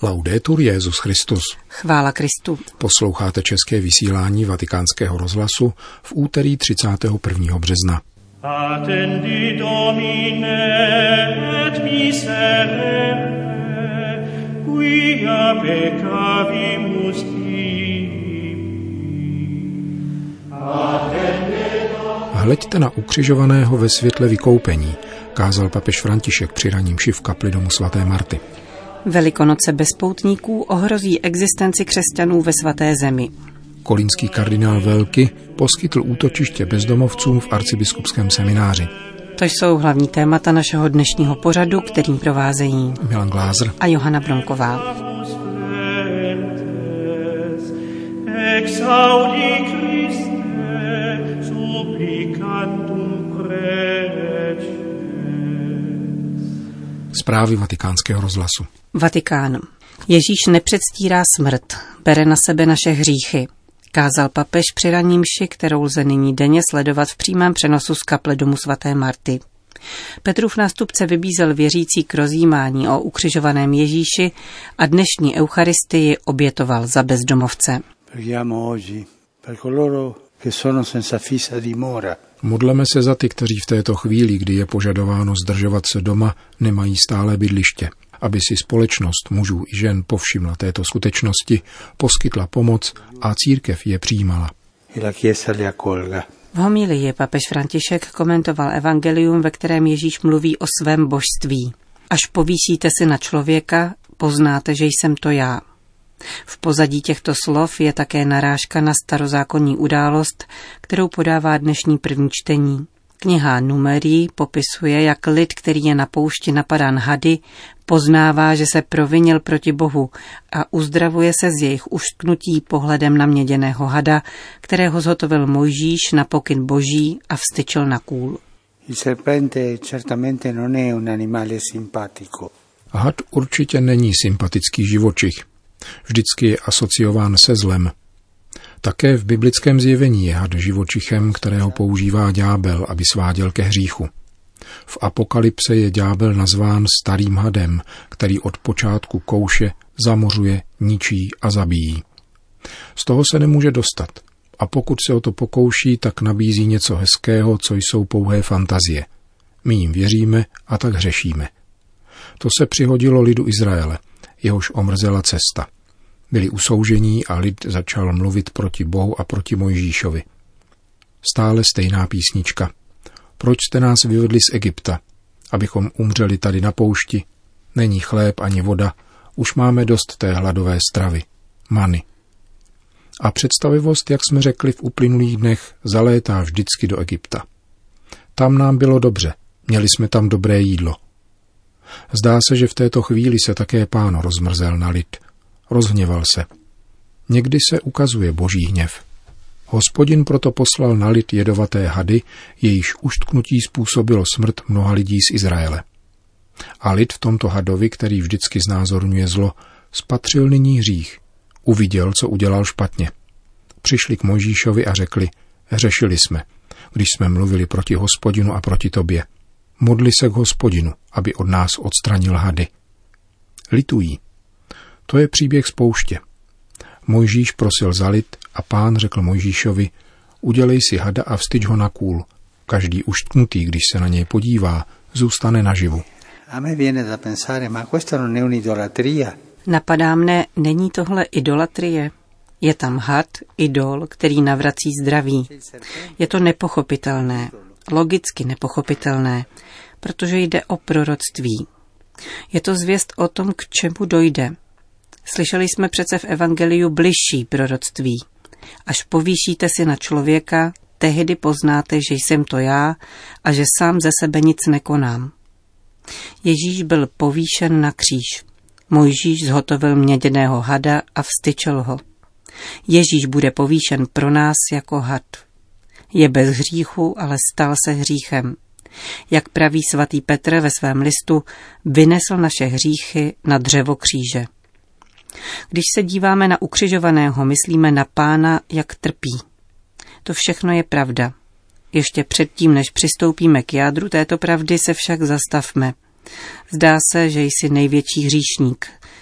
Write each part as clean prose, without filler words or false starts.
Laudetur Jesus Christus. Chvála Kristu. Posloucháte české vysílání Vatikánského rozhlasu v úterý 31. března. Attendi Domine et miserere, quia peccavimus tibi. Hleďte na ukřižovaného ve světle vykoupení, kázal papež František při ranní mši v kapli domu svaté Marty. Velikonoce bez poutníků ohrozí existenci křesťanů ve svaté zemi. Kolínský kardinál Velky poskytl útočiště bezdomovcům v arcibiskupském semináři. To jsou hlavní témata našeho dnešního pořadu, kterým provázejí Milan Glázer a Johana Bronková. Zprávy Vatikánského rozhlasu. Vatikán. Ježíš nepředstírá smrt, bere na sebe naše hříchy, kázal papež při ranní mši, kterou lze nyní denně sledovat v přímém přenosu z kaple domu svaté Marty. Petrův nástupce vybízel věřící k rozjímání o ukřižovaném Ježíši a dnešní eucharistii obětoval za bezdomovce. Modleme se za ty, kteří v této chvíli, kdy je požadováno zdržovat se doma, nemají stálé bydliště, aby si společnost mužů i žen povšimla této skutečnosti, poskytla pomoc a církev je přijímala. V homilii papež František komentoval evangelium, ve kterém Ježíš mluví o svém božství. Až povýšíte si na člověka, poznáte, že jsem to já. V pozadí těchto slov je také narážka na starozákonní událost, kterou podává dnešní první čtení. Kniha Numerí popisuje, jak lid, který je na poušti napadán hady, poznává, že se provinil proti Bohu a uzdravuje se z jejich uštknutí pohledem na měděného hada, kterého zhotovil Mojžíš na pokyn Boží a vztyčil na kůl. Had určitě není sympatický živočich. Vždycky je asociován se zlem. Také v biblickém zjevení je had živočichem, kterého používá ďábel, aby sváděl ke hříchu. V Apokalypse je ďábel nazván starým hadem, který od počátku kouše, zamořuje, ničí a zabíjí. Z toho se nemůže dostat. A pokud se o to pokouší, tak nabízí něco hezkého, co jsou pouhé fantazie. My jim věříme a tak hřešíme. To se přihodilo lidu Izraele, jehož omrzela cesta. Byli usoužení a lid začal mluvit proti Bohu a proti Mojžíšovi. Stále stejná písnička. Proč jste nás vyvedli z Egypta, abychom umřeli tady na poušti? Není chléb ani voda, už máme dost té hladové stravy, many. A představivost, jak jsme řekli v uplynulých dnech, zalétá vždycky do Egypta. Tam nám bylo dobře, měli jsme tam dobré jídlo. Zdá se, že v této chvíli se také Pán rozmrzel na lid. Rozhněval se. Někdy se ukazuje boží hněv. Hospodin proto poslal na lid jedovaté hady, jejíž uštknutí způsobilo smrt mnoha lidí z Izraele. A lid v tomto hadovi, který vždycky znázorňuje zlo, spatřil nyní hřích. Uviděl, co udělal špatně. Přišli k Mojžíšovi a řekli, hřešili jsme, když jsme mluvili proti Hospodinu a proti tobě. Modli se k Hospodinu, aby od nás odstranil hady. Litují. To je příběh z pouště. Mojžíš prosil za lid a Pán řekl Mojžíšovi, udělej si hada a vstyč ho na kůl. Každý uštknutý, když se na něj podívá, zůstane naživu. Napadá mne, není tohle idolatrie? Je tam had, idol, který navrací zdraví. Je to nepochopitelné, logicky nepochopitelné, protože jde o proroctví. Je to zvěst o tom, k čemu dojde. Slyšeli jsme přece v evangeliu bližší proroctví. Až povýšíte si na člověka, tehdy poznáte, že jsem to já a že sám ze sebe nic nekonám. Ježíš byl povýšen na kříž. Mojžíš zhotovil měděného hada a vztyčil ho. Ježíš bude povýšen pro nás jako had. Je bez hříchu, ale stal se hříchem. Jak praví svatý Petr ve svém listu, vynesl naše hříchy na dřevo kříže. Když se díváme na ukřižovaného, myslíme na Pána, jak trpí. To všechno je pravda. Ještě předtím, než přistoupíme k jádru této pravdy, se však zastavme. Zdá se, že jsi největší hříšník,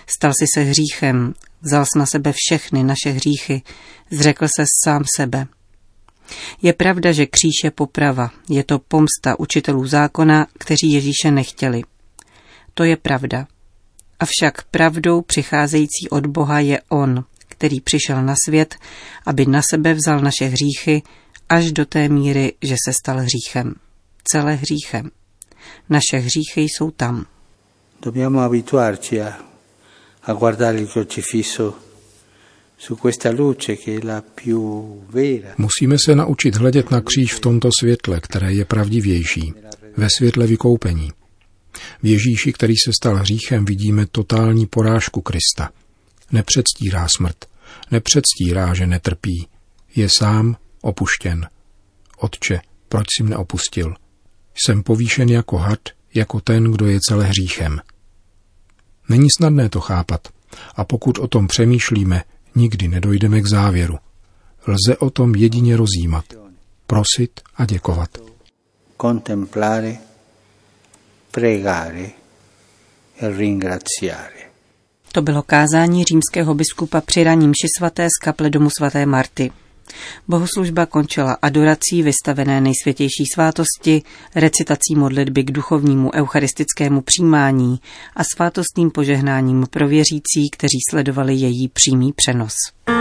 Stal si se hříchem, vzal na sebe všechny naše hříchy, zřekl se sám sebe. Je pravda, že kříž je poprava, je to pomsta učitelů zákona, kteří Ježíše nechtěli. To je pravda. Avšak pravdou přicházející od Boha je on, který přišel na svět, aby na sebe vzal naše hříchy až do té míry, že se stal hříchem. Celé hříchem. Naše hříchy jsou tam. Dobbiamo abituarci a guardare il crocifisso su questa luce che è la più vera. Musíme se naučit hledět na kříž v tomto světle, které je pravdivější, ve světle vykoupení. V Ježíši, který se stal hříchem, vidíme totální porážku Krista. Nepředstírá smrt, nepředstírá, že netrpí. Je sám opuštěn. Otče, proč jsi mne opustil? Jsem povýšen jako had, jako ten, kdo je celé hříchem. Není snadné to chápat a pokud o tom přemýšlíme, nikdy nedojdeme k závěru. Lze o tom jedině rozjímat, prosit a děkovat. Contemplare, pregare e ringraziare. To bylo kázání římského biskupa při raní mši svaté z kaple domu svaté Marty. Bohoslužba končila adorací vystavené Nejsvětější svátosti, recitací modlitby k duchovnímu eucharistickému přijímání a svátostným požehnáním pro věřící, kteří sledovali její přímý přenos.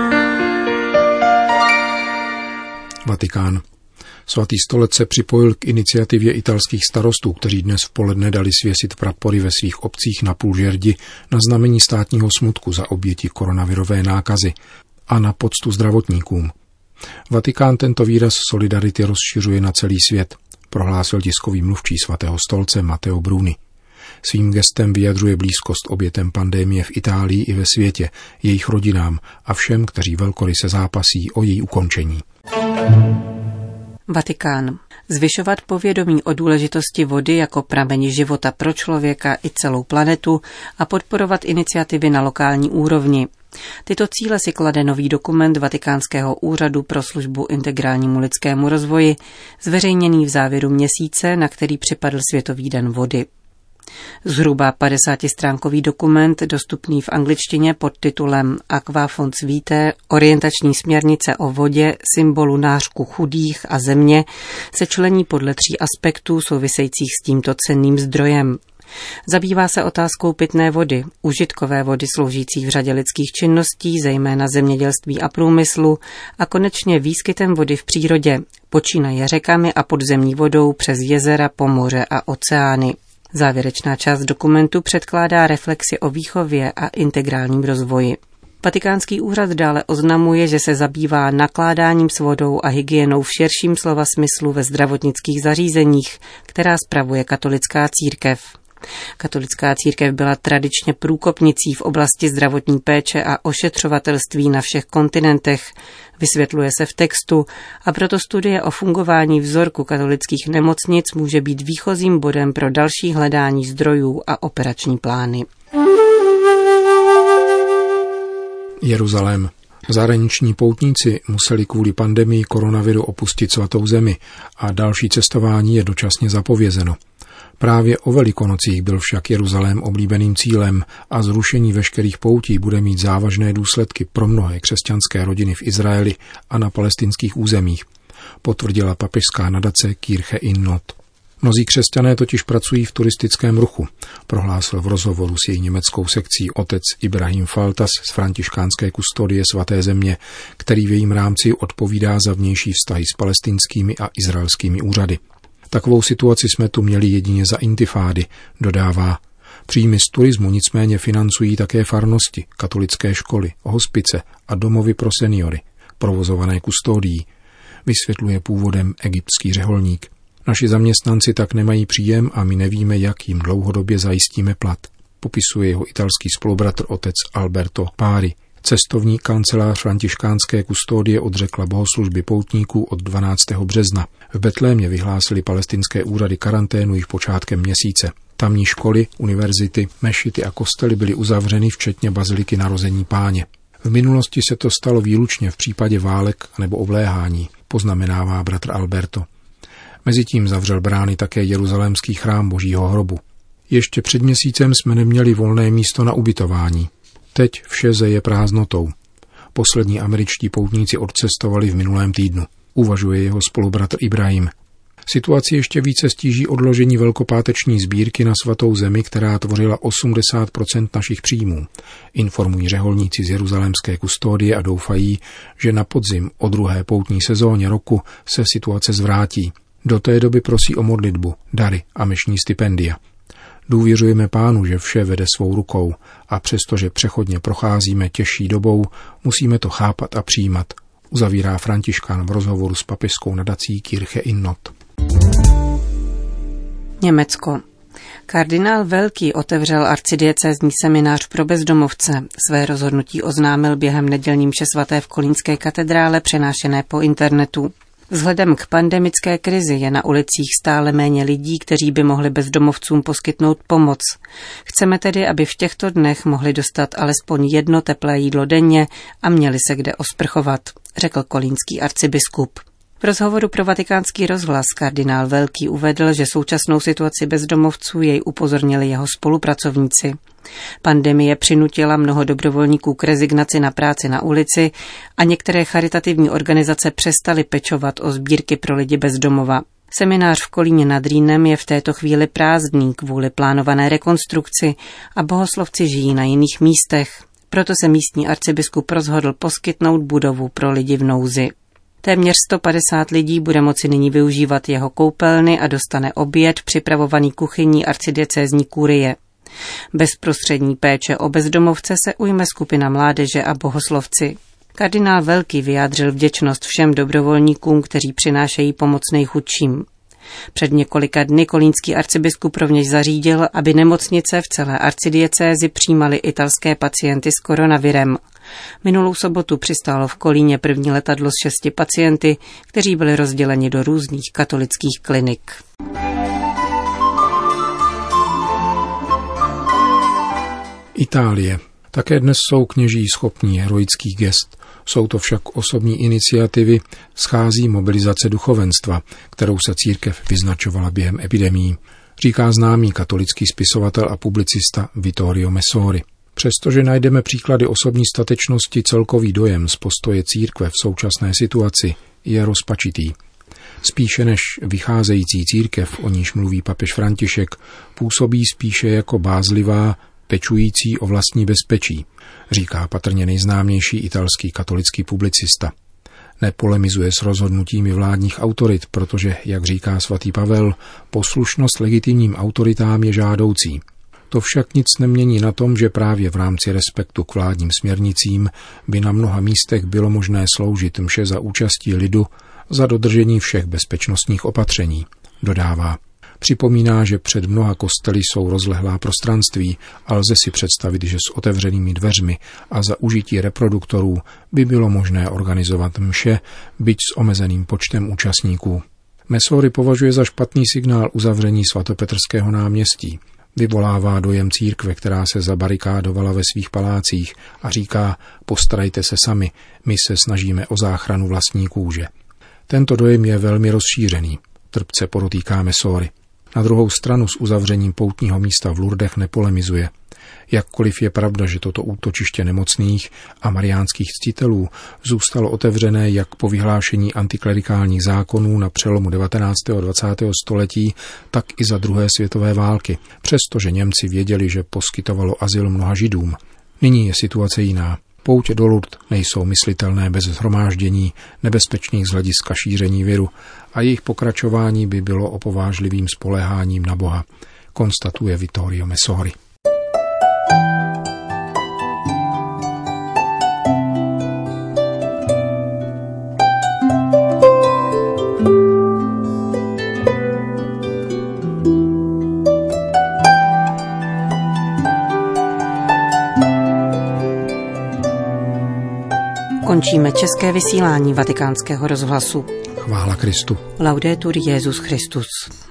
Vatikán. Svatý stolec se připojil k iniciativě italských starostů, kteří dnes v poledne dali svěsit prapory ve svých obcích na půl žerdi na znamení státního smutku za oběti koronavirové nákazy a na poctu zdravotníkům. Vatikán tento výraz solidarity rozšiřuje na celý svět, prohlásil tiskový mluvčí svatého stolce Matteo Bruni. Svým gestem vyjadřuje blízkost obětem pandemie v Itálii i ve světě, jejich rodinám a všem, kteří velkoryse zápasí o její ukončení. Vatikán. Zvyšovat povědomí o důležitosti vody jako prameni života pro člověka i celou planetu a podporovat iniciativy na lokální úrovni. Tyto cíle si klade nový dokument Vatikánského úřadu pro službu integrálnímu lidskému rozvoji, zveřejněný v závěru měsíce, na který připadl Světový den vody. Zhruba 50stránkový dokument, dostupný v angličtině pod titulem Aqua Fons Vitae, orientační směrnice o vodě, symbolu nářku chudých a země, se člení podle 3 aspektů souvisejících s tímto cenným zdrojem. Zabývá se otázkou pitné vody, užitkové vody sloužící v řadě lidských činností, zejména zemědělství a průmyslu, a konečně výskytem vody v přírodě, počínaje řekami a podzemní vodou přes jezera, po moře a oceány. Závěrečná část dokumentu předkládá reflexi o výchově a integrálním rozvoji. Vatikánský úřad dále oznamuje, že se zabývá nakládáním s vodou a hygienou v širším slova smyslu ve zdravotnických zařízeních, která spravuje katolická církev. Katolická církev byla tradičně průkopnicí v oblasti zdravotní péče a ošetřovatelství na všech kontinentech, vysvětluje se v textu, a proto studie o fungování vzorku katolických nemocnic může být výchozím bodem pro další hledání zdrojů a operační plány. Jeruzalém. Zahraniční poutníci museli kvůli pandemii koronaviru opustit svatou zemi a další cestování je dočasně zapovězeno. Právě o Velikonocích byl však Jeruzalém oblíbeným cílem a zrušení veškerých poutí bude mít závažné důsledky pro mnohé křesťanské rodiny v Izraeli a na palestinských územích, potvrdila papežská nadace Kirche in Not. Mnozí křesťané totiž pracují v turistickém ruchu, prohlásil v rozhovoru s její německou sekcí otec Ibrahim Faltas z františkánské kustodie svaté země, který v jejím rámci odpovídá za vnější vztahy s palestinskými a izraelskými úřady. Takovou situaci jsme tu měli jedině za intifády, dodává. Příjmy z turismu nicméně financují také farnosti, katolické školy, hospice a domovy pro seniory, provozované kustodií, vysvětluje původem egyptský řeholník. Naši zaměstnanci tak nemají příjem a my nevíme, jak jim dlouhodobě zajistíme plat, popisuje jeho italský spolubratr otec Alberto Pari. Cestovní kancelář františkánské kustodie odřekla bohoslužby poutníků od 12. března. V Betlémě vyhlásili palestinské úřady karanténu již počátkem měsíce. Tamní školy, univerzity, mešity a kostely byly uzavřeny, včetně baziliky Narození Páně. V minulosti se to stalo výlučně v případě válek nebo obléhání, poznamenává bratr Alberto. Mezitím zavřel brány také jeruzalémský chrám Božího hrobu. Ještě před měsícem jsme neměli volné místo na ubytování. Teď vše zeje prázdnotou. Poslední američtí poutníci odcestovali v minulém týdnu, uvažuje jeho spolubratr Ibrahim. Situaci ještě více stíží odložení velkopáteční sbírky na Svatou zemi, která tvořila 80% našich příjmů. Informují řeholníci z jeruzalémské kustodie a doufají, že na podzim o druhé poutní sezóně roku se situace zvrátí. Do té doby prosí o modlitbu, dary a mešní stipendia. Důvěřujeme Pánu, že vše vede svou rukou a přestože přechodně procházíme těžší dobou, musíme to chápat a přijímat, uzavírá františkán v rozhovoru s papežskou nadací Kirche in Not. Německo. Kardinál Velký otevřel arcidiecézní seminář pro bezdomovce. Své rozhodnutí oznámil během nedělní mše svaté v Kolínské katedrále přenášené po internetu. Vzhledem k pandemické krizi je na ulicích stále méně lidí, kteří by mohli bezdomovcům poskytnout pomoc. Chceme tedy, aby v těchto dnech mohli dostat alespoň jedno teplé jídlo denně a měli se kde osprchovat, řekl kolínský arcibiskup. V rozhovoru pro Vatikánský rozhlas kardinál Velký uvedl, že současnou situaci bezdomovců jej upozornili jeho spolupracovníci. Pandemie přinutila mnoho dobrovolníků k rezignaci na práci na ulici a některé charitativní organizace přestaly pečovat o sbírky pro lidi bez domova. Seminář v Kolíně nad Rýnem je v této chvíli prázdný kvůli plánované rekonstrukci a bohoslovci žijí na jiných místech. Proto se místní arcibiskup rozhodl poskytnout budovu pro lidi v nouzi. Téměř 150 lidí bude moci nyní využívat jeho koupelny a dostane oběd připravovaný kuchyní arcidiecézní kurie. Bezprostřední péče o bezdomovce se ujme skupina mládeže a bohoslovci. Kardinál Velký vyjádřil vděčnost všem dobrovolníkům, kteří přinášejí pomoc nejchudším. Před několika dny kolínský arcibiskup rovněž zařídil, aby nemocnice v celé arcidiecézi přijímaly italské pacienty s koronavirem. Minulou sobotu přistálo v Kolíně první letadlo s 6 pacienty, kteří byli rozděleni do různých katolických klinik. Itálie. Také dnes jsou kněží schopní heroických gest. Jsou to však osobní iniciativy, schází mobilizace duchovenstva, kterou se církev vyznačovala během epidemií, říká známý katolický spisovatel a publicista Vittorio Messori. Přestože najdeme příklady osobní statečnosti, celkový dojem z postoje církve v současné situaci je rozpačitý. Spíše než vycházející církev, o níž mluví papež František, působí spíše jako bázlivá, pečující o vlastní bezpečí, říká patrně nejznámější italský katolický publicista. Nepolemizuje s rozhodnutími vládních autorit, protože, jak říká svatý Pavel, poslušnost legitimním autoritám je žádoucí. To však nic nemění na tom, že právě v rámci respektu k vládním směrnicím by na mnoha místech bylo možné sloužit mše za účastí lidu za dodržení všech bezpečnostních opatření, dodává. Připomíná, že před mnoha kostely jsou rozlehlá prostranství a lze si představit, že s otevřenými dveřmi a za užití reproduktorů by bylo možné organizovat mše, byť s omezeným počtem účastníků. Messori považuje za špatný signál uzavření svatopetrského náměstí. Vyvolává dojem církve, která se zabarikádovala ve svých palácích a říká, postarejte se sami, my se snažíme o záchranu vlastní kůže. Tento dojem je velmi rozšířený, trpce podotýká Messori. Na druhou stranu s uzavřením poutního místa v Lourdech nepolemizuje. Jakkoliv je pravda, že toto útočiště nemocných a mariánských ctitelů zůstalo otevřené jak po vyhlášení antiklerikálních zákonů na přelomu 19. a 20. století, tak i za druhé světové války, přestože Němci věděli, že poskytovalo azyl mnoha Židům. Nyní je situace jiná. Poutě do Lourdes nejsou myslitelné bez shromáždění nebezpečných z hlediska šíření viru a jejich pokračování by bylo opovážlivým spoléháním na Boha, konstatuje Vittorio Messori. Končíme české vysílání Vatikánského rozhlasu. Chvála Kristu. Laudetur Jesus Christus.